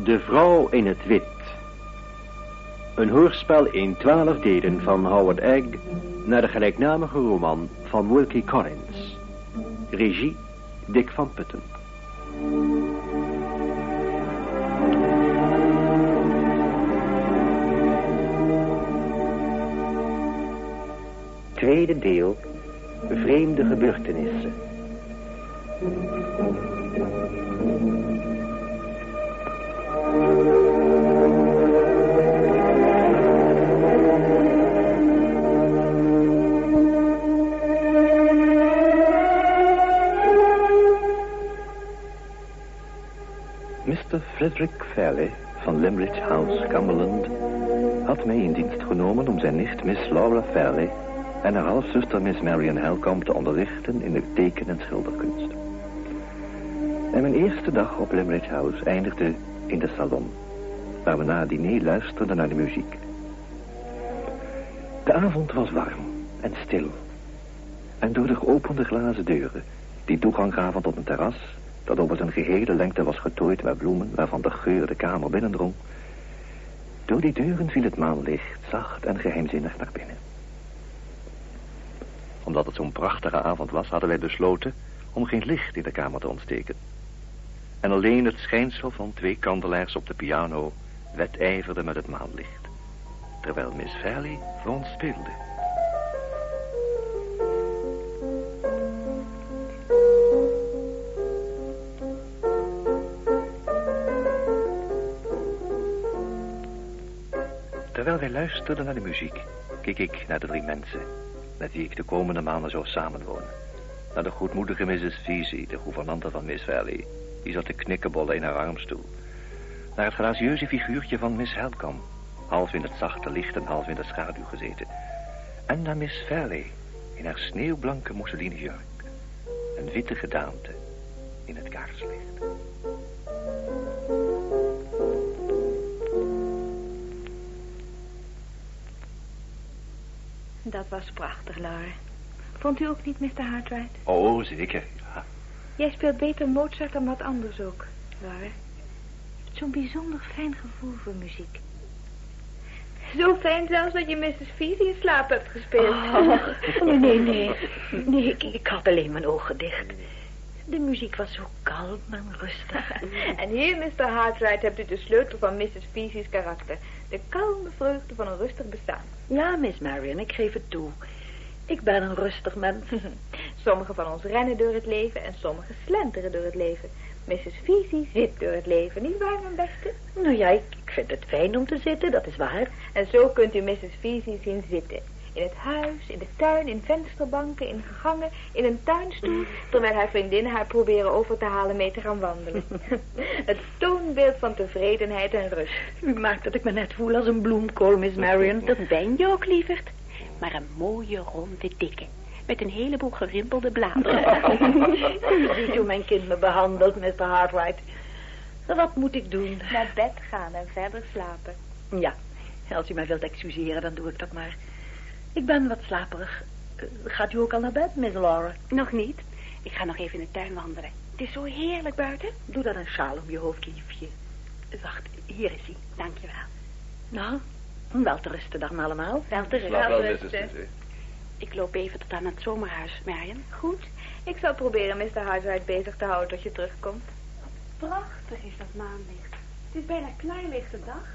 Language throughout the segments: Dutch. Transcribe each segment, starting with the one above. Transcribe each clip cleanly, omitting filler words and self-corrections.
De vrouw in het wit. Een hoorspel in 12 delen van Howard Egg naar de gelijknamige roman van Wilkie Collins. Regie Dick van Putten. Tweede deel. Vreemde gebeurtenissen. Mr. Frederick Fairley van Limerick House, Cumberland, had mij in dienst genomen om zijn nicht Miss Laura Fairley en haar halfzuster Miss Marian Helcombe te onderrichten in de teken- en schilderkunst. En mijn eerste dag op Limerick House eindigde in de salon, waar we na het diner luisterden naar de muziek. De avond was warm en stil. En door de geopende glazen deuren, die toegang gaven tot een terras dat over zijn gehele lengte was getooid met bloemen waarvan de geur de kamer binnendrong, door die deuren viel het maanlicht zacht en geheimzinnig naar binnen. Omdat het zo'n prachtige avond was, hadden wij besloten om geen licht in de kamer te ontsteken. En alleen het schijnsel van 2 kandelaars op de piano wedijverde met het maanlicht, terwijl Miss Fairley voor ons speelde. Terwijl wij luisterden naar de muziek, keek ik naar de 3 mensen met wie ik de komende maanden zou samenwonen. Naar de goedmoedige Mrs. Vesey, de gouvernante van Miss Fairley, die zat te knikkenbollen in haar armstoel. Naar het gracieuze figuurtje van Miss Helcombe, half in het zachte licht en half in de schaduw gezeten. En naar Miss Fairley, in haar sneeuwblanke mousseline jurk, een witte gedaante in het kaarslicht. Dat was prachtig, Laura. Vond u ook niet, Mr. Hartwright? Oh, zeker, ja. Jij speelt beter Mozart dan wat anders ook, Laura. Je hebt zo'n bijzonder fijn gevoel voor muziek. Zo fijn zelfs dat je Mrs. Vesey in slaap hebt gespeeld. Oh, nee, ik had alleen mijn ogen dicht. De muziek was zo kalm en rustig. En hier, Mr. Hartwright, hebt u de sleutel van Mrs. Vesey's karakter. De kalme vreugde van een rustig bestaan. Ja, Miss Marian, ik geef het toe. Ik ben een rustig mens. Sommigen van ons rennen door het leven en sommigen slenteren door het leven. Mrs. Vesey zit door het leven, niet waar, mijn beste? Nou ja, ik vind het fijn om te zitten, dat is waar. En zo kunt u Mrs. Vesey zien zitten. In het huis, in de tuin, in vensterbanken, in gangen, in een tuinstoel, terwijl haar vriendinnen haar proberen over te halen mee te gaan wandelen. Het toonbeeld van tevredenheid en rust. U maakt dat ik me net voel als een bloemkool, Miss Marian. Dat ben je ook, lieverd. Maar een mooie, ronde, dikke. Met een heleboel gerimpelde bladeren. U ziet hoe mijn kind me behandelt, Mr. Hartwright. Wat moet ik doen? Naar bed gaan en verder slapen. Ja, als u mij wilt excuseren, dan doe ik dat maar. Ik ben wat slaperig. Gaat u ook al naar bed, Miss Laura? Nog niet. Ik ga nog even in de tuin wandelen. Het is zo heerlijk buiten. Doe dan een sjaal om je hoofd, liefje. Wacht, hier is hij. Dankjewel. Nou, wel te rusten dan allemaal. Wel te rusten. Ik loop even tot aan het zomerhuis, Marian. Goed. Ik zal proberen Mr. Hartwright bezig te houden tot je terugkomt. Prachtig is dat maanlicht. Het is bijna klaarlichte dag.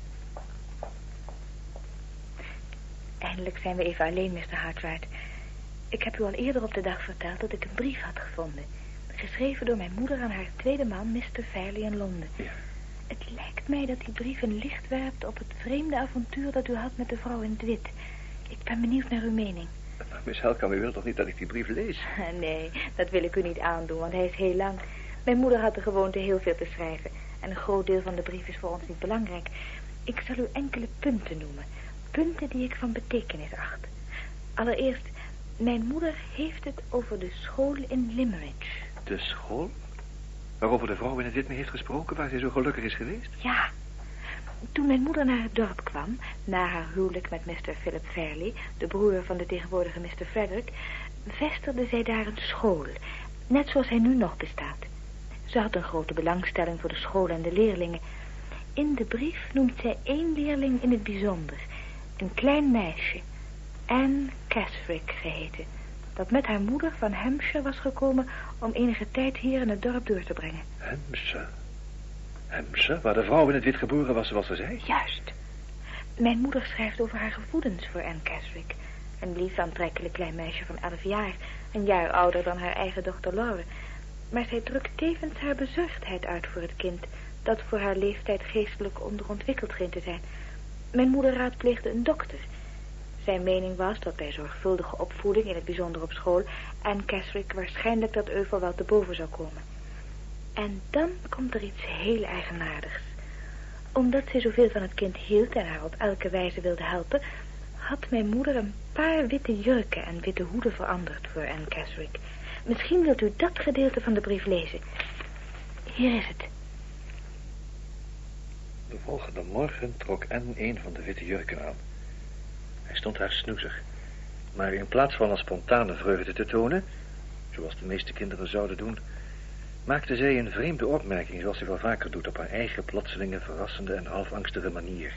Eindelijk zijn we even alleen, Mr. Hartwright. Ik heb u al eerder op de dag verteld dat ik een brief had gevonden. Geschreven door mijn moeder aan haar tweede man, Mr. Fairley in Londen. Ja. Het lijkt mij dat die brief een licht werpt op het vreemde avontuur dat u had met de vrouw in het wit. Ik ben benieuwd naar uw mening. Miss Helcombe, u wilt toch niet dat ik die brief lees? Nee, dat wil ik u niet aandoen, want hij is heel lang. Mijn moeder had de gewoonte heel veel te schrijven. En een groot deel van de brief is voor ons niet belangrijk. Ik zal u enkele punten noemen. Punten die ik van betekenis acht. Allereerst, mijn moeder heeft het over de school in Limerick. De school? Waarover de vrouw in het wit mee heeft gesproken, waar zij zo gelukkig is geweest? Ja. Toen mijn moeder naar het dorp kwam, na haar huwelijk met Mr. Philip Fairley, de broer van de tegenwoordige Mr. Frederick, vestigde zij daar een school, net zoals hij nu nog bestaat. Ze had een grote belangstelling voor de school en de leerlingen. In de brief noemt zij 1 leerling in het bijzonder. Een klein meisje, Anne Keswick geheten, dat met haar moeder van Hampshire was gekomen om enige tijd hier in het dorp door te brengen. Hampshire, waar de vrouw in het wit geboren was, zoals ze zei? Juist. Mijn moeder schrijft over haar gevoelens voor Anne Keswick. Een lief aantrekkelijk klein meisje van 11 jaar, een jaar ouder dan haar eigen dochter Laura. Maar zij drukt tevens haar bezorgdheid uit voor het kind, dat voor haar leeftijd geestelijk onderontwikkeld scheen te zijn. Mijn moeder raadpleegde een dokter. Zijn mening was dat bij zorgvuldige opvoeding, in het bijzonder op school, Anne Keswick waarschijnlijk dat euvel wel te boven zou komen. En dan komt er iets heel eigenaardigs. Omdat zij zoveel van het kind hield en haar op elke wijze wilde helpen, had mijn moeder een paar witte jurken en witte hoeden veranderd voor Anne Keswick. Misschien wilt u dat gedeelte van de brief lezen. Hier is het. De volgende morgen trok Anne een van de witte jurken aan. Hij stond haar snoezig. Maar in plaats van een spontane vreugde te tonen, zoals de meeste kinderen zouden doen, maakte zij een vreemde opmerking, zoals ze wel vaker doet, op haar eigen plotselinge, verrassende en half angstige manier.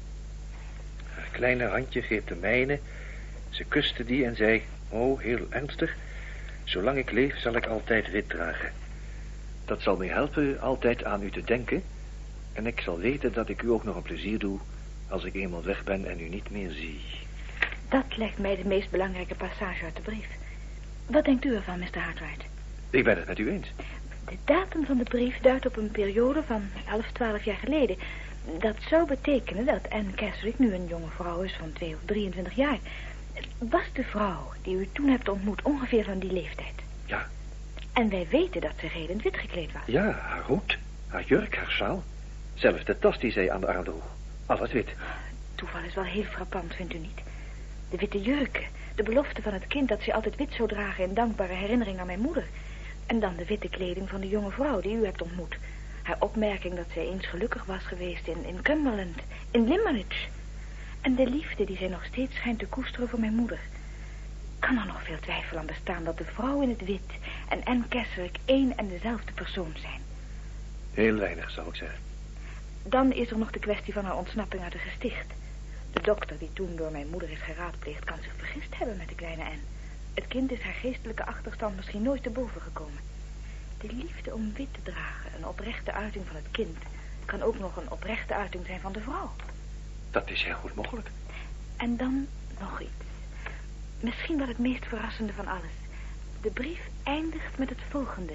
Haar kleine handje greep de mijne, ze kuste die en zei, heel ernstig, zolang ik leef zal ik altijd wit dragen. Dat zal mij helpen altijd aan u te denken, en ik zal weten dat ik u ook nog een plezier doe als ik eenmaal weg ben en u niet meer zie. Dat lijkt mij de meest belangrijke passage uit de brief. Wat denkt u ervan, Mr. Hartwright? Ik ben het met u eens. De datum van de brief duidt op een periode van 11, 12 jaar geleden. Dat zou betekenen dat Anne Keswick nu een jonge vrouw is van 2 of 23 jaar. Was de vrouw die u toen hebt ontmoet ongeveer van die leeftijd? Ja. En wij weten dat ze geheel in het wit gekleed was. Ja, haar hoed, haar jurk, haar sjaal. Zelfs de tas die zij aan de arm droeg. Alles wit. Toeval is wel heel frappant, vindt u niet? De witte jurken, de belofte van het kind dat ze altijd wit zou dragen in dankbare herinnering aan mijn moeder. En dan de witte kleding van de jonge vrouw die u hebt ontmoet. Haar opmerking dat zij eens gelukkig was geweest in Cumberland, in Limerick. En de liefde die zij nog steeds schijnt te koesteren voor mijn moeder. Kan er nog veel twijfel aan bestaan dat de vrouw in het wit en Anne Keswick één en dezelfde persoon zijn? Heel weinig, zou ik zeggen. Dan is er nog de kwestie van haar ontsnapping uit het gesticht. De dokter die toen door mijn moeder is geraadpleegd kan zich vergist hebben met de kleine Anne. Het kind is haar geestelijke achterstand misschien nooit te boven gekomen. De liefde om wit te dragen, een oprechte uiting van het kind, kan ook nog een oprechte uiting zijn van de vrouw. Dat is heel goed mogelijk. En dan nog iets. Misschien wel het meest verrassende van alles. De brief eindigt met het volgende.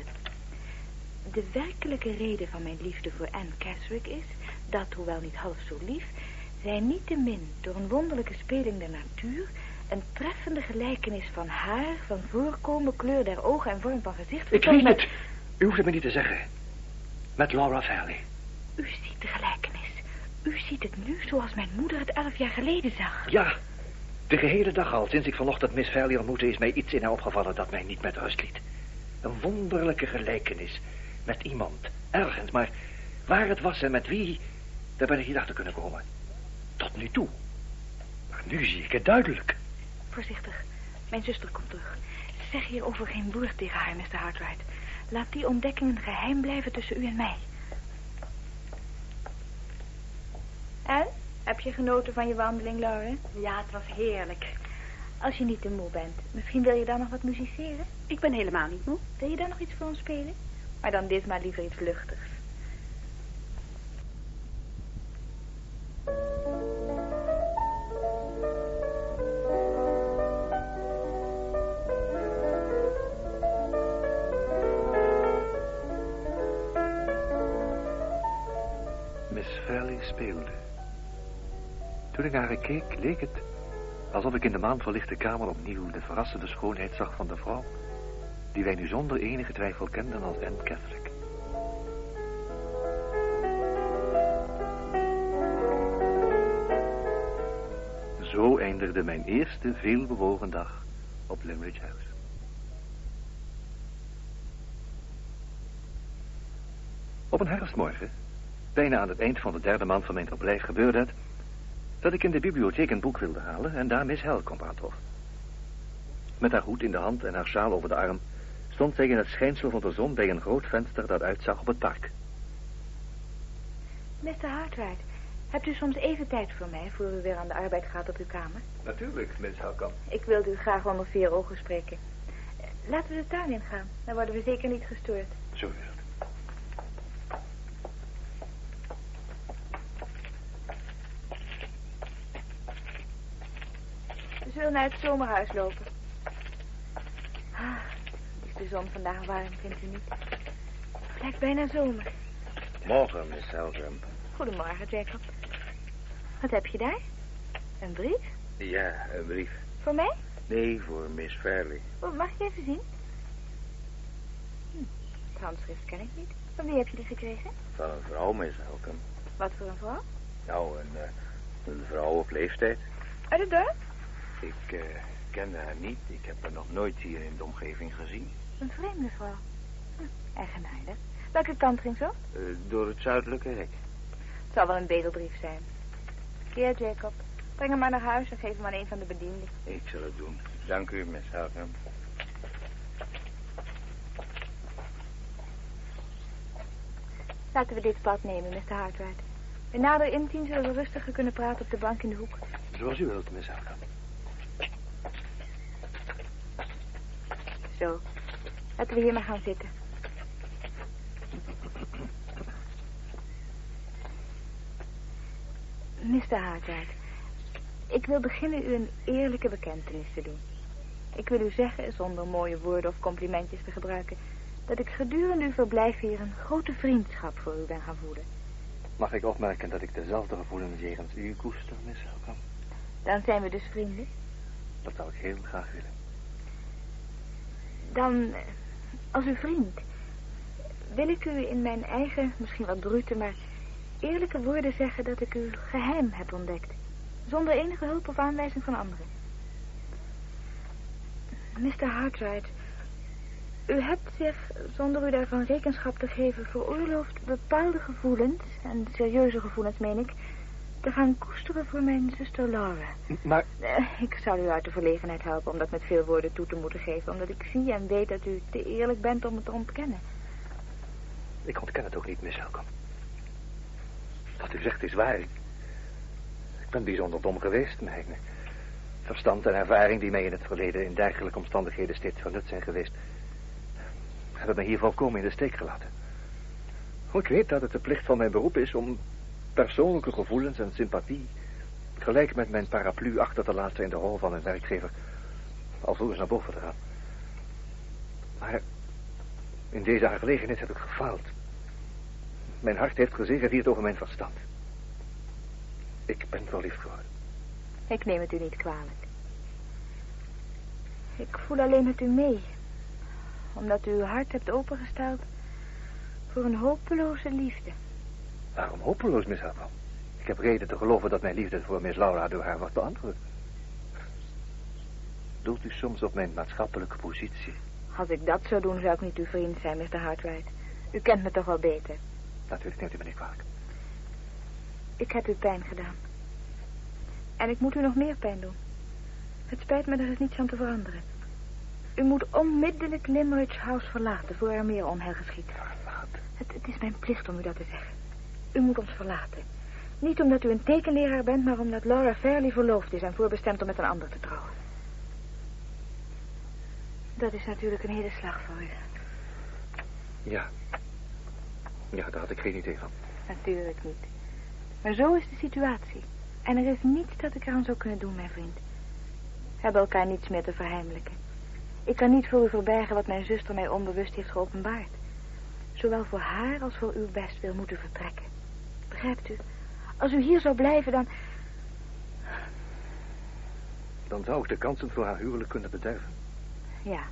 De werkelijke reden van mijn liefde voor Anne Keswick is dat, hoewel niet half zo lief, zij niettemin door een wonderlijke speling der natuur een treffende gelijkenis van haar, van voorkomen, kleur der ogen en vorm van gezicht. Ik weet het. U hoeft het me niet te zeggen. Met Laura Farley. U ziet de gelijkenis. U ziet het nu zoals mijn moeder het 11 jaar geleden zag. Ja, de gehele dag al, sinds ik vanochtend Miss Farley ontmoette, is mij iets in haar opgevallen dat mij niet met rust liet. Een wonderlijke gelijkenis met iemand, ergens, maar waar het was en met wie, daar ben ik niet achter kunnen komen. Tot nu toe. Maar nu zie ik het duidelijk. Voorzichtig, mijn zuster komt terug. Zeg hierover geen woord tegen haar, Mr. Hartwright. Laat die ontdekking een geheim blijven tussen u en mij. En? Heb je genoten van je wandeling, Laura? Ja, het was heerlijk. Als je niet te moe bent, misschien wil je dan nog wat musiceren? Ik ben helemaal niet moe. Wil je dan nog iets voor ons spelen? Maar dan ditmaal liever iets luchtigs. Miss Farley speelde. Toen ik naar haar keek, leek het alsof ik in de maanverlichte kamer opnieuw de verrassende schoonheid zag van de vrouw die wij nu zonder enige twijfel kenden als Anne Keswick. Zo eindigde mijn eerste veelbewogen dag op Limerick House. Op een herfstmorgen, bijna aan het eind van de 3e maand van mijn verblijf, gebeurde het dat ik in de bibliotheek een boek wilde halen en daar Miss Helcomb aantrof. Met haar hoed in de hand en haar sjaal over de arm stond zij in het schijnsel van de zon bij een groot venster dat uitzag op het park. Mr. Hartwright, hebt u soms even tijd voor mij... voor u weer aan de arbeid gaat op uw kamer? Natuurlijk, Miss Halkamp. Ik wilde u graag onder 4 ogen spreken. Laten we de tuin ingaan. Dan worden we zeker niet gestoord. Zo is het. We zullen naar het zomerhuis lopen. Is de zon vandaag warm, vindt u niet? Het lijkt bijna zomer. Morgen, Miss Halkamp. Goedemorgen, Jacob. Wat heb je daar? Een brief? Ja, een brief. Voor mij? Nee, voor Miss Fairley. Oh, mag ik even zien? Het handschrift ken ik niet. Van wie heb je die gekregen? Van een vrouw, Miss Halkamp. Wat voor een vrouw? Nou, een vrouw op leeftijd. Uit het dorp? Ik kende haar niet. Ik heb haar nog nooit hier in de omgeving gezien. Een vreemde vrouw. Eigenaardig. Welke kant ging zo? Door het zuidelijke hek. Het zal wel een bedelbrief zijn. Hier, Jacob. Breng hem maar naar huis en geef hem aan een van de bedienden. Ik zal het doen. Dank u, Miss Halkamp. Laten we dit pad nemen, Mr. Hartwright. Bij nader inzien zullen we rustiger kunnen praten op de bank in de hoek. Zoals u wilt, Miss Halkamp. Zo. Laten we hier maar gaan zitten. Mr. Hartwright, ik wil beginnen u een eerlijke bekentenis te doen. Ik wil u zeggen, zonder mooie woorden of complimentjes te gebruiken, dat ik gedurende uw verblijf hier een grote vriendschap voor u ben gaan voelen. Mag ik opmerken dat ik dezelfde gevoelens jegens u koester, Miss Halkamp? Dan zijn we dus vrienden. Dat zou ik heel graag willen. Dan, als uw vriend, wil ik u in mijn eigen, misschien wat brute, maar eerlijke woorden zeggen dat ik uw geheim heb ontdekt. Zonder enige hulp of aanwijzing van anderen. Mr. Hartwright, u hebt zich, zonder u daarvan rekenschap te geven, veroorloofd bepaalde gevoelens, en serieuze gevoelens meen ik, te gaan koesteren voor mijn zuster Laura. Maar... Ik zal u uit de verlegenheid helpen om dat met veel woorden toe te moeten geven, omdat ik zie en weet dat u te eerlijk bent om het te ontkennen. Ik ontken het ook niet, Miss Halkamp. Wat u zegt is waar. Ik ben bijzonder dom geweest. Mijn verstand en ervaring die mij in het verleden in dergelijke omstandigheden steeds van nut zijn geweest, hebben mij hier volkomen in de steek gelaten. Ik weet dat het de plicht van mijn beroep is om persoonlijke gevoelens en sympathie gelijk met mijn paraplu achter te laten in de hol van een werkgever alvorens naar boven te gaan. Maar in deze aangelegenheid heb ik gefaald. Mijn hart heeft gezegevierd over mijn verstand. Ik ben verliefd geworden. Ik neem het u niet kwalijk. Ik voel alleen met u mee. Omdat u uw hart hebt opengesteld voor een hopeloze liefde. Waarom hopeloos, Miss Halkamp? Ik heb reden te geloven dat mijn liefde voor Miss Laura door haar wordt beantwoord. Doelt u soms op mijn maatschappelijke positie? Als ik dat zou doen, zou ik niet uw vriend zijn, Mr. Hartwright. U kent me toch wel beter. Natuurlijk neemt u me niet kwalijk. Ik heb u pijn gedaan. En ik moet u nog meer pijn doen. Het spijt me, er is niets aan te veranderen. U moet onmiddellijk Limmeridge House verlaten, voor er meer onheil geschiet. Verlaten? Het is mijn plicht om u dat te zeggen. U moet ons verlaten. Niet omdat u een tekenleraar bent, maar omdat Laura Fairley verloofd is en voorbestemd om met een ander te trouwen. Dat is natuurlijk een hele slag voor u. Ja. Ja, daar had ik geen idee van. Natuurlijk niet. Maar zo is de situatie. En er is niets dat ik eraan zou kunnen doen, mijn vriend. We hebben elkaar niets meer te verheimelijken. Ik kan niet voor u verbergen wat mijn zuster mij onbewust heeft geopenbaard. Zowel voor haar als voor uw bestwil moet u vertrekken. Begrijpt u? Als u hier zou blijven, dan... Dan zou ik de kansen voor haar huwelijk kunnen bederven. Ja.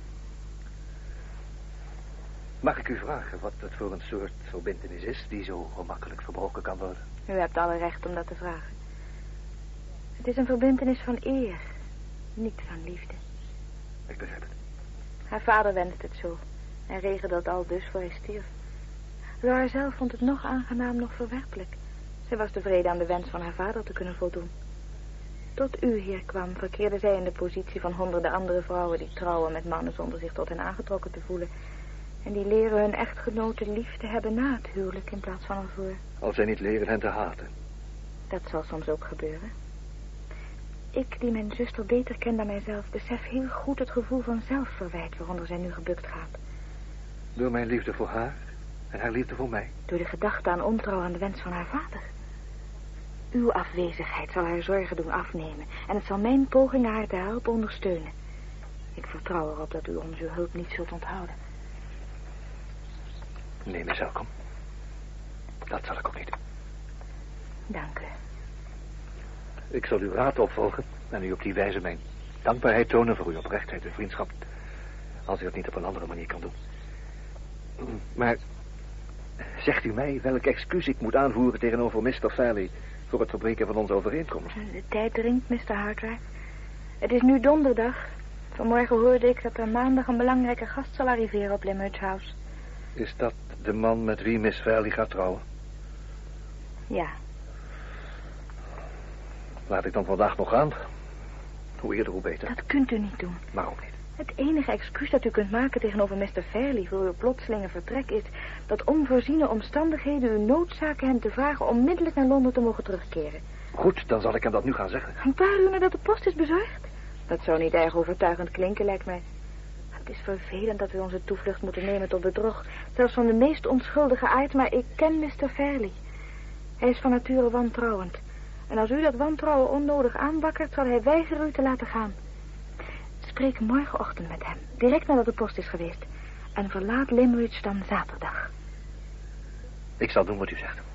Mag ik u vragen wat het voor een soort verbintenis is die zo gemakkelijk verbroken kan worden? U hebt alle recht om dat te vragen. Het is een verbintenis van eer, niet van liefde. Ik begrijp het. Haar vader wenste het zo en regelde het al dus voor hij stierf. Laura zelf vond het nog aangenaam, nog verwerpelijk. Zij was tevreden aan de wens van haar vader te kunnen voldoen. Tot u hier kwam, verkeerde zij in de positie van honderden andere vrouwen die trouwen met mannen zonder zich tot hen aangetrokken te voelen. En die leren hun echtgenoten lief te hebben na het huwelijk in plaats van ervoor. Als zij niet leren hen te haten. Dat zal soms ook gebeuren. Ik, die mijn zuster beter ken dan mijzelf, besef heel goed het gevoel van zelfverwijt waaronder zij nu gebukt gaat. Door mijn liefde voor haar en haar liefde voor mij. Door de gedachte aan ontrouw aan de wens van haar vader. Uw afwezigheid zal haar zorgen doen afnemen en het zal mijn pogingen haar te helpen ondersteunen. Ik vertrouw erop dat u onze hulp niet zult onthouden. Nee, Miss Helcom. Dat zal ik ook niet. Dank u. Ik zal uw raad opvolgen en u op die wijze mijn dankbaarheid tonen voor uw oprechtheid en vriendschap. Als u dat niet op een andere manier kan doen. Maar zegt u mij welk excuus ik moet aanvoeren tegenover Mr. Farley voor het verbreken van onze overeenkomst? De tijd dringt, Mr. Hartwright. Het is nu donderdag. Vanmorgen hoorde ik dat er maandag een belangrijke gast zal arriveren op Limerick House. Is dat de man met wie Miss Farley gaat trouwen? Ja. Laat ik dan vandaag nog gaan. Hoe eerder, hoe beter. Dat kunt u niet doen. Waarom niet? Het enige excuus dat u kunt maken tegenover Mr. Farley voor uw plotselinge vertrek is dat onvoorziene omstandigheden u noodzaken hem te vragen onmiddellijk naar Londen te mogen terugkeren. Goed, dan zal ik hem dat nu gaan zeggen. Een paar uur nadat de post is bezorgd? Dat zou niet erg overtuigend klinken, lijkt mij. Het is vervelend dat we onze toevlucht moeten nemen tot bedrog, zelfs van de meest onschuldige aard, maar ik ken Mr. Farley. Hij is van nature wantrouwend. En als u dat wantrouwen onnodig aanwakkert, zal hij weigeren u te laten gaan. Spreek morgenochtend met hem, direct nadat de post is geweest. En verlaat Limerick dan zaterdag. Ik zal doen wat u zegt.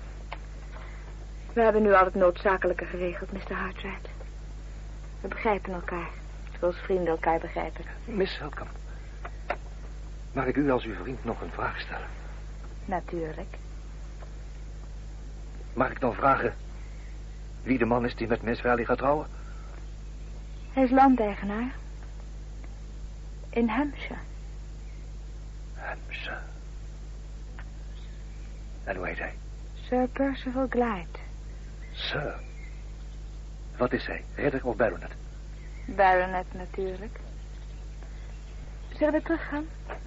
We hebben nu al het noodzakelijke geregeld, Mr. Hartwright. We begrijpen elkaar, zoals vrienden elkaar begrijpen. Miss Helcom, mag ik u als uw vriend nog een vraag stellen? Natuurlijk. Mag ik dan vragen wie de man is die met Miss Farley gaat trouwen? Hij is landeigenaar. In Hampshire. Hampshire. En hoe heet hij? Sir Percival Glyde. Sir. Wat is hij? Ridder of baronet? Baronet natuurlijk. Zullen we teruggaan?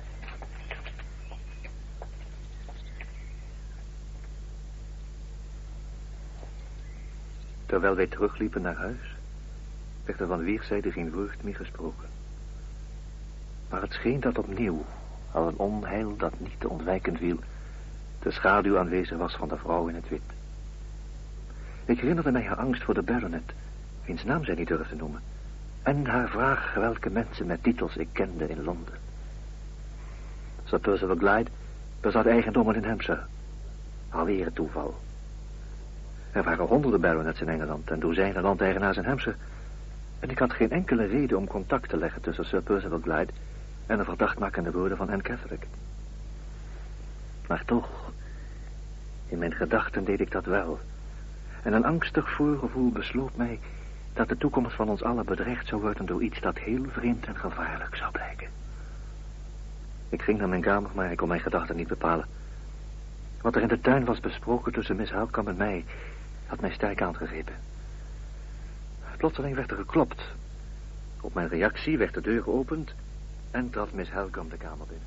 Terwijl wij terugliepen naar huis, werd er van weerszijden geen woord meer gesproken. Maar het scheen dat opnieuw, al een onheil dat niet te ontwijken viel, de schaduw aanwezig was van de vrouw in het wit. Ik herinnerde mij haar angst voor de baronet, wiens naam zij niet durfde noemen, en haar vraag welke mensen met titels ik kende in Londen. Sir Percival Glyde bezat eigendommen in Hampshire. Alweer het toeval. Er waren honderden baronets in Engeland en dozijnen landeigenaars in Hampshire. En ik had geen enkele reden om contact te leggen tussen Sir Percival Glyde en de verdachtmakende woorden van Anne Catholic. Maar toch, in mijn gedachten deed ik dat wel. En een angstig voorgevoel besloot mij dat de toekomst van ons allen bedreigd zou worden door iets dat heel vreemd en gevaarlijk zou blijken. Ik ging naar mijn kamer, maar ik kon mijn gedachten niet bepalen. Wat er in de tuin was besproken tussen Miss Helcom en mij, had mij sterk aangegrepen. Plotseling werd er geklopt. Op mijn reactie werd de deur geopend en trad Miss Helcom de kamer binnen.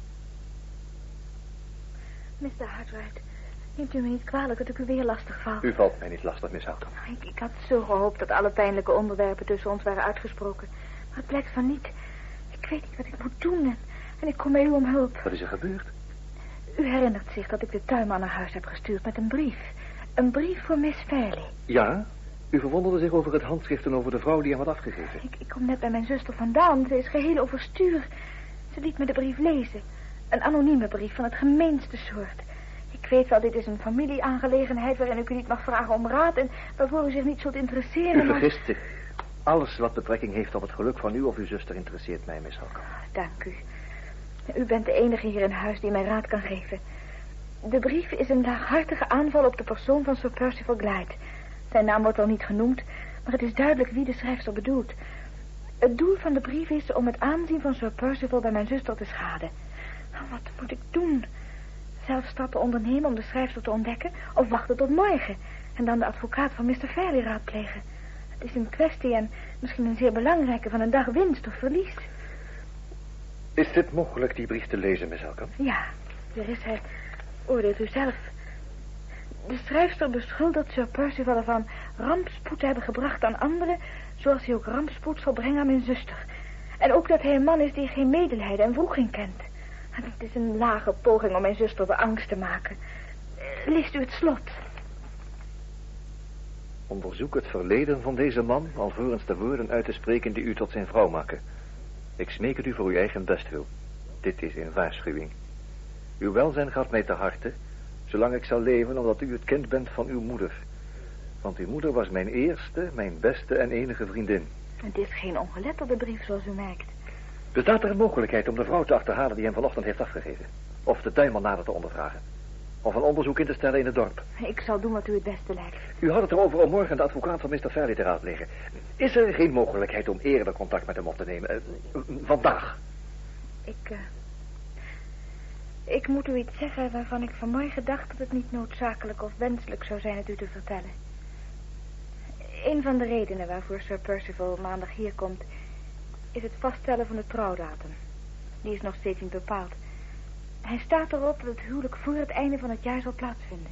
Mr. Hartwright, neemt u me niet kwalijk dat ik u weer lastig val? U valt mij niet lastig, Miss Helcom. Ik had zo gehoopt dat alle pijnlijke onderwerpen tussen ons waren uitgesproken. Maar het blijkt van niet. Ik weet niet wat ik moet doen en ik kom bij u om hulp. Wat is er gebeurd? U herinnert zich dat ik de tuinman naar huis heb gestuurd met een brief. Een brief voor Miss Farley. Ja, u verwonderde zich over het handschrift en over de vrouw die hem had afgegeven. Ik kom net bij mijn zuster vandaan. Ze is geheel overstuur. Ze liet me de brief lezen. Een anonieme brief van het gemeenste soort. Ik weet wel, dit is een familieaangelegenheid waarin ik u niet mag vragen om raad en waarvoor u zich niet zult interesseren. U vergist zich. Alles wat betrekking heeft op het geluk van u of uw zuster interesseert mij, Miss Helcom. Dank u. U bent de enige hier in huis die mij raad kan geven. De brief is een laaghartige aanval op de persoon van Sir Percival Glyde. Zijn naam wordt al niet genoemd, maar het is duidelijk wie de schrijfster bedoelt. Het doel van de brief is om het aanzien van Sir Percival bij mijn zuster te schaden. Wat moet ik doen? Zelf stappen ondernemen om de schrijfster te ontdekken of wachten tot morgen en dan de advocaat van Mr. Farley raadplegen? Het is een kwestie en misschien een zeer belangrijke van een dag winst of verlies. Is het mogelijk die brief te lezen, Miss Halcombe? Ja, daar is hij. Oordeelt u zelf. De schrijfster beschuldigt Sir Percival ervan rampspoed te hebben gebracht aan anderen, zoals hij ook rampspoed zal brengen aan mijn zuster. En ook dat hij een man is die geen medelijden en wroeging kent. En het is een lage poging om mijn zuster beangst te maken. Leest u het slot. Onderzoek het verleden van deze man, alvorens de woorden uit te spreken die u tot zijn vrouw maken. Ik smeek het u voor uw eigen bestwil. Dit is een waarschuwing. Uw welzijn gaat mij te harte, zolang ik zal leven, omdat u het kind bent van uw moeder. Want uw moeder was mijn eerste, mijn beste en enige vriendin. Het is geen ongeletterde brief, zoals u merkt. Bestaat er een mogelijkheid om de vrouw te achterhalen die hem vanochtend heeft afgegeven? Of de tuinman nader te ondervragen? Of een onderzoek in te stellen in het dorp? Ik zal doen wat u het beste lijkt. U had het erover om morgen de advocaat van Mr. Fairley te raadplegen. Is er geen mogelijkheid om eerder contact met hem op te nemen? Vandaag? Ik moet u iets zeggen waarvan ik vanmorgen dacht dat het niet noodzakelijk of wenselijk zou zijn het u te vertellen. Een van de redenen waarvoor Sir Percival maandag hier komt is het vaststellen van de trouwdatum. Die is nog steeds niet bepaald. Hij staat erop dat het huwelijk voor het einde van het jaar zal plaatsvinden.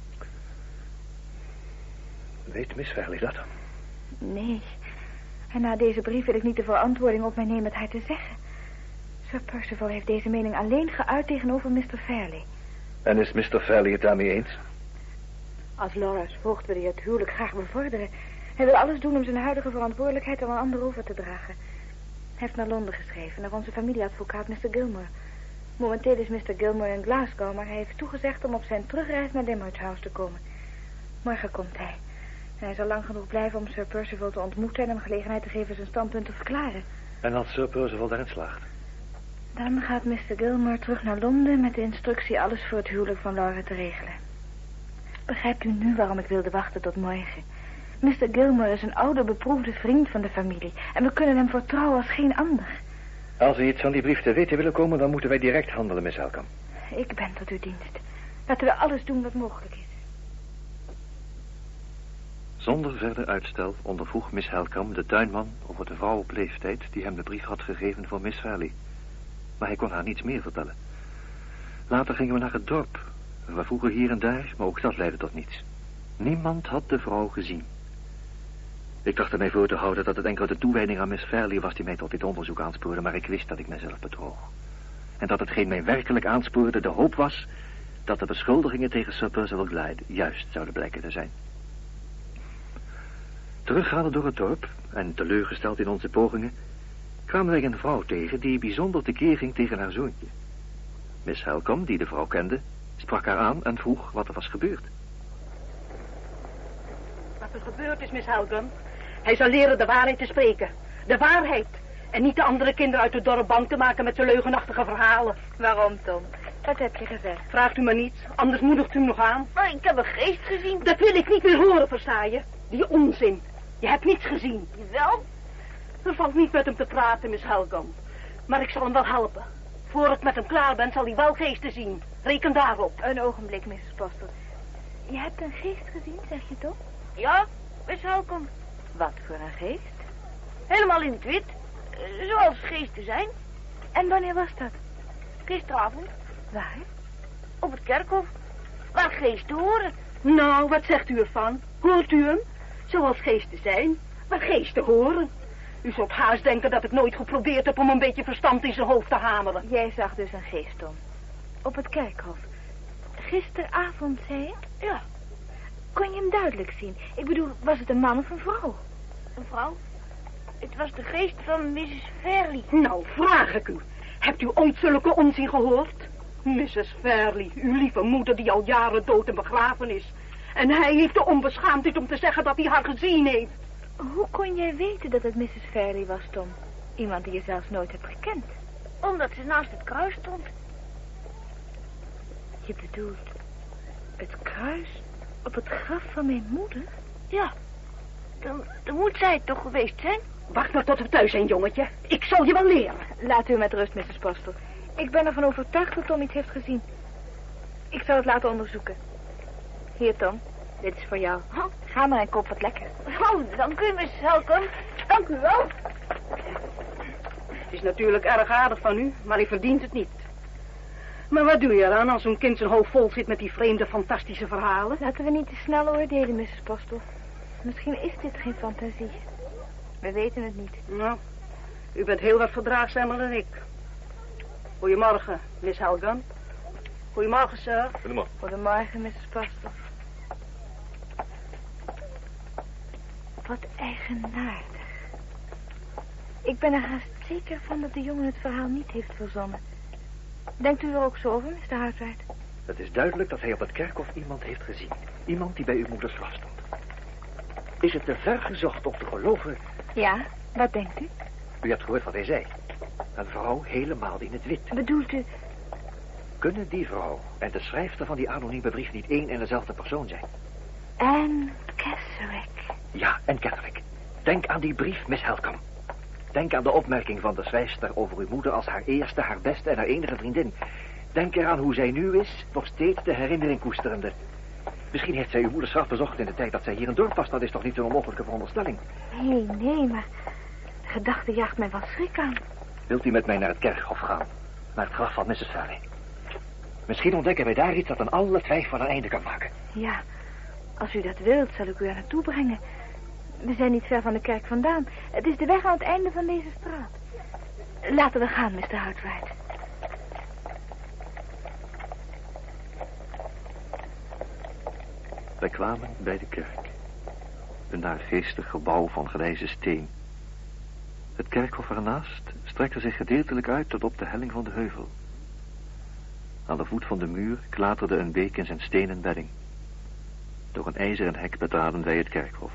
Weet Miss Fairley dat? Nee. En na deze brief wil ik niet de verantwoording op mij nemen het haar te zeggen. Sir Percival heeft deze mening alleen geuit tegenover Mr. Fairley. En is Mr. Fairley het daarmee eens? Als Laura's voogd wil hij het huwelijk graag bevorderen. Hij wil alles doen om zijn huidige verantwoordelijkheid aan een ander over te dragen. Hij heeft naar Londen geschreven, naar onze familieadvocaat Mr. Gilmore. Momenteel is Mr. Gilmore in Glasgow, maar hij heeft toegezegd om op zijn terugreis naar Limerick House te komen. Morgen komt hij. En hij zal lang genoeg blijven om Sir Percival te ontmoeten en hem gelegenheid te geven zijn standpunt te verklaren. En als Sir Percival daarin slaagt? Dan gaat Mr. Gilmore terug naar Londen met de instructie alles voor het huwelijk van Laura te regelen. Begrijpt u nu waarom ik wilde wachten tot morgen? Mr. Gilmore is een oude beproefde vriend van de familie en we kunnen hem vertrouwen als geen ander. Als u iets van die brief te weten willen komen, dan moeten wij direct handelen, Miss Halcombe. Ik ben tot uw dienst. Laten we alles doen wat mogelijk is. Zonder verder uitstel ondervroeg Miss Halcombe de tuinman over de vrouw op leeftijd die hem de brief had gegeven voor Miss Fairley. Maar hij kon haar niets meer vertellen. Later gingen we naar het dorp. We vroegen hier en daar, maar ook dat leidde tot niets. Niemand had de vrouw gezien. Ik dacht er mij voor te houden dat het enkel de toewijding aan Miss Fairley was die mij tot dit onderzoek aanspoorde, maar ik wist dat ik mezelf bedroog. En dat hetgeen mij werkelijk aanspoorde de hoop was dat de beschuldigingen tegen Sir Percival Glyde juist zouden blijken te zijn. Teruggaande door het dorp en teleurgesteld in onze pogingen, kwamen wij een vrouw tegen die bijzonder tekeer ging tegen haar zoontje. Miss Halcombe, die de vrouw kende, sprak haar aan en vroeg wat er was gebeurd. Wat er gebeurd is, Miss Halcombe. Hij zal leren de waarheid te spreken. De waarheid. En niet de andere kinderen uit het dorp bang te maken met zijn leugenachtige verhalen. Waarom, Tom? Wat heb je gezegd? Vraagt u maar niet, anders moedigt u hem nog aan. Maar ik heb een geest gezien. Dat wil ik niet meer horen, versta je? Die onzin. Je hebt niets gezien. Wel? Er valt niet met hem te praten, Miss Halcombe. Maar ik zal hem wel helpen. Voor ik met hem klaar ben, zal hij wel geesten zien. Reken daarop. Een ogenblik, Mrs. Postel. Je hebt een geest gezien, zeg je toch? Ja, Miss Halcombe. Wat voor een geest? Helemaal in het wit. Zoals geesten zijn. En wanneer was dat? Gisteravond. Waar? Op het kerkhof. Waar geesten horen. Nou, wat zegt u ervan? Hoort u hem? Zoals geesten zijn, waar geesten horen. U zult haast denken dat ik nooit geprobeerd heb om een beetje verstand in zijn hoofd te hameren. Jij zag dus een geest, Tom. Op het kerkhof. Gisteravond, zei je? Ja. Kon je hem duidelijk zien? Ik bedoel, was het een man of een vrouw? Een vrouw? Het was de geest van Mrs. Fairley. Nou, vraag ik u. Hebt u ooit zulke onzin gehoord? Mrs. Fairley, uw lieve moeder die al jaren dood en begraven is. En hij heeft de onbeschaamdheid om te zeggen dat hij haar gezien heeft. Hoe kon jij weten dat het Mrs. Fairley was, Tom? Iemand die je zelfs nooit hebt gekend. Omdat ze naast het kruis stond. Je bedoelt het kruis op het graf van mijn moeder? Ja, dan moet zij het toch geweest zijn? Wacht maar tot we thuis zijn, jongetje. Ik zal je wel leren. Laat u met rust, Mrs. Postel. Ik ben ervan overtuigd dat Tom iets heeft gezien. Ik zal het laten onderzoeken. Hier, Tom. Dit is voor jou. Oh. Ga maar en koop wat lekker. Oh, dank u, Miss Halcombe. Dank u wel. Het is natuurlijk erg aardig van u, maar u verdient het niet. Maar wat doe je eraan als zo'n kind zijn hoofd vol zit met die vreemde, fantastische verhalen? Laten we niet te snel oordelen, Mrs. Postel. Misschien is dit geen fantasie. We weten het niet. Nou, u bent heel wat verdraagzamer dan ik. Goedemorgen, Miss Helgan. Goedemorgen, sir. Goedemorgen. Goedemorgen, Mrs. Postel. Wat eigenaardig. Ik ben er haast zeker van dat de jongen het verhaal niet heeft verzonnen. Denkt u er ook zo over, Mr. Hartwright? Het is duidelijk dat hij op het kerkhof iemand heeft gezien. Iemand die bij uw moeders graf stond. Is het te ver gezocht om te geloven... Ja, wat denkt u? U hebt gehoord wat hij zei. Een vrouw helemaal in het wit. Bedoelt u... Kunnen die vrouw en de schrijfster van die anonieme brief niet één en dezelfde persoon zijn? Anne Keswick. Ja, en Catholic. Denk aan die brief, Miss Helcom. Denk aan de opmerking van de schrijfster over uw moeder als haar eerste, haar beste en haar enige vriendin. Denk eraan hoe zij nu is, nog steeds de herinnering koesterende. Misschien heeft zij uw moeders graf bezocht in de tijd dat zij hier in dorp was. Dat is toch niet zo'n onmogelijke veronderstelling? Nee, maar de gedachte jaagt mij wat schrik aan. Wilt u met mij naar het kerkhof gaan? Naar het graf van Mrs. Farley? Misschien ontdekken wij daar iets dat aan alle twijfel een einde kan maken. Ja, als u dat wilt, zal ik u er naartoe brengen. We zijn niet ver van de kerk vandaan. Het is de weg aan het einde van deze straat. Laten we gaan, Mr. Hartwright. Wij kwamen bij de kerk. Een naargeestig gebouw van grijze steen. Het kerkhof ernaast strekte zich gedeeltelijk uit tot op de helling van de heuvel. Aan de voet van de muur klaterde een beek in zijn stenen bedding. Door een ijzeren hek betraden wij het kerkhof.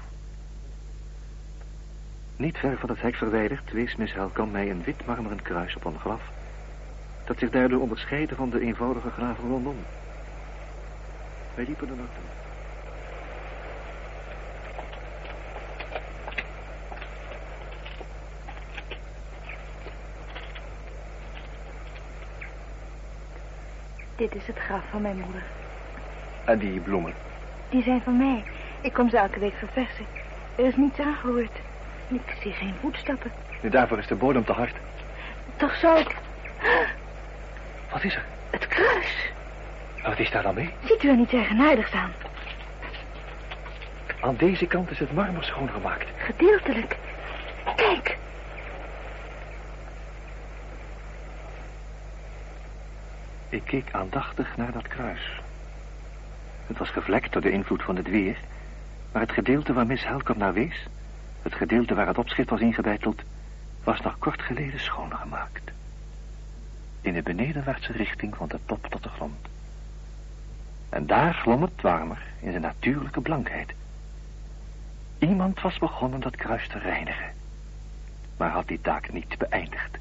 Niet ver van het hek verwijderd wees Miss Helcom mij een wit marmeren kruis op een graf, dat zich daardoor onderscheidde van de eenvoudige graven rondom. Wij liepen er naartoe. Dit is het graf van mijn moeder. En die bloemen? Die zijn van mij. Ik kom ze elke week verversen. Er is niets aangehoord. Ik zie geen voetstappen. Nu, daarvoor is de bodem te hard. Toch zou ik... Wat is er? Het kruis. Wat is daar dan mee? Ziet u er niets eigenaardigs aan? Aan deze kant is het marmer schoongemaakt. Gedeeltelijk. Kijk. Ik keek aandachtig naar dat kruis. Het was gevlekt door de invloed van het weer, maar het gedeelte waar Miss Helcom naar wees, het gedeelte waar het opschrift was ingebeiteld, was nog kort geleden schoongemaakt. In de benedenwaartse richting van de top tot de grond. En daar glom het warmer in zijn natuurlijke blankheid. Iemand was begonnen dat kruis te reinigen, maar had die taak niet beëindigd.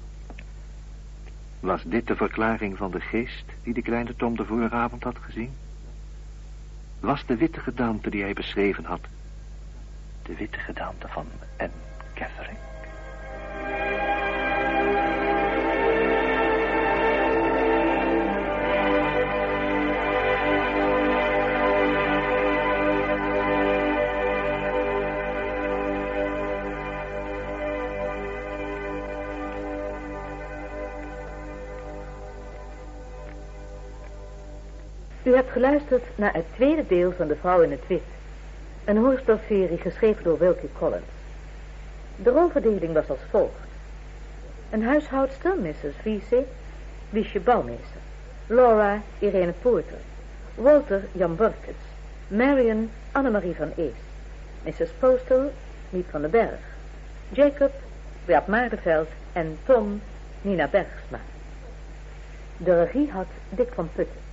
Was dit de verklaring van de geest die de kleine Tom de vorige avond had gezien? Was de witte gedaante die hij beschreven had de witte gedaante van Anne Catherine? U hebt geluisterd naar het tweede deel van De Vrouw in het Wit. Een hoorspelserie geschreven door Wilkie Collins. De rolverdeling was als volgt. Een huishoudster, Mrs. Vesey, Wiesje Bouwmeester. Laura, Irene Poorter. Walter, Jan Borkens. Marion, Annemarie van Ees. Mrs. Postel, Miep van den Berg. Jacob, Jaap Maardenveld en Tom, Nina Bergsma. De regie had Dick van Putten.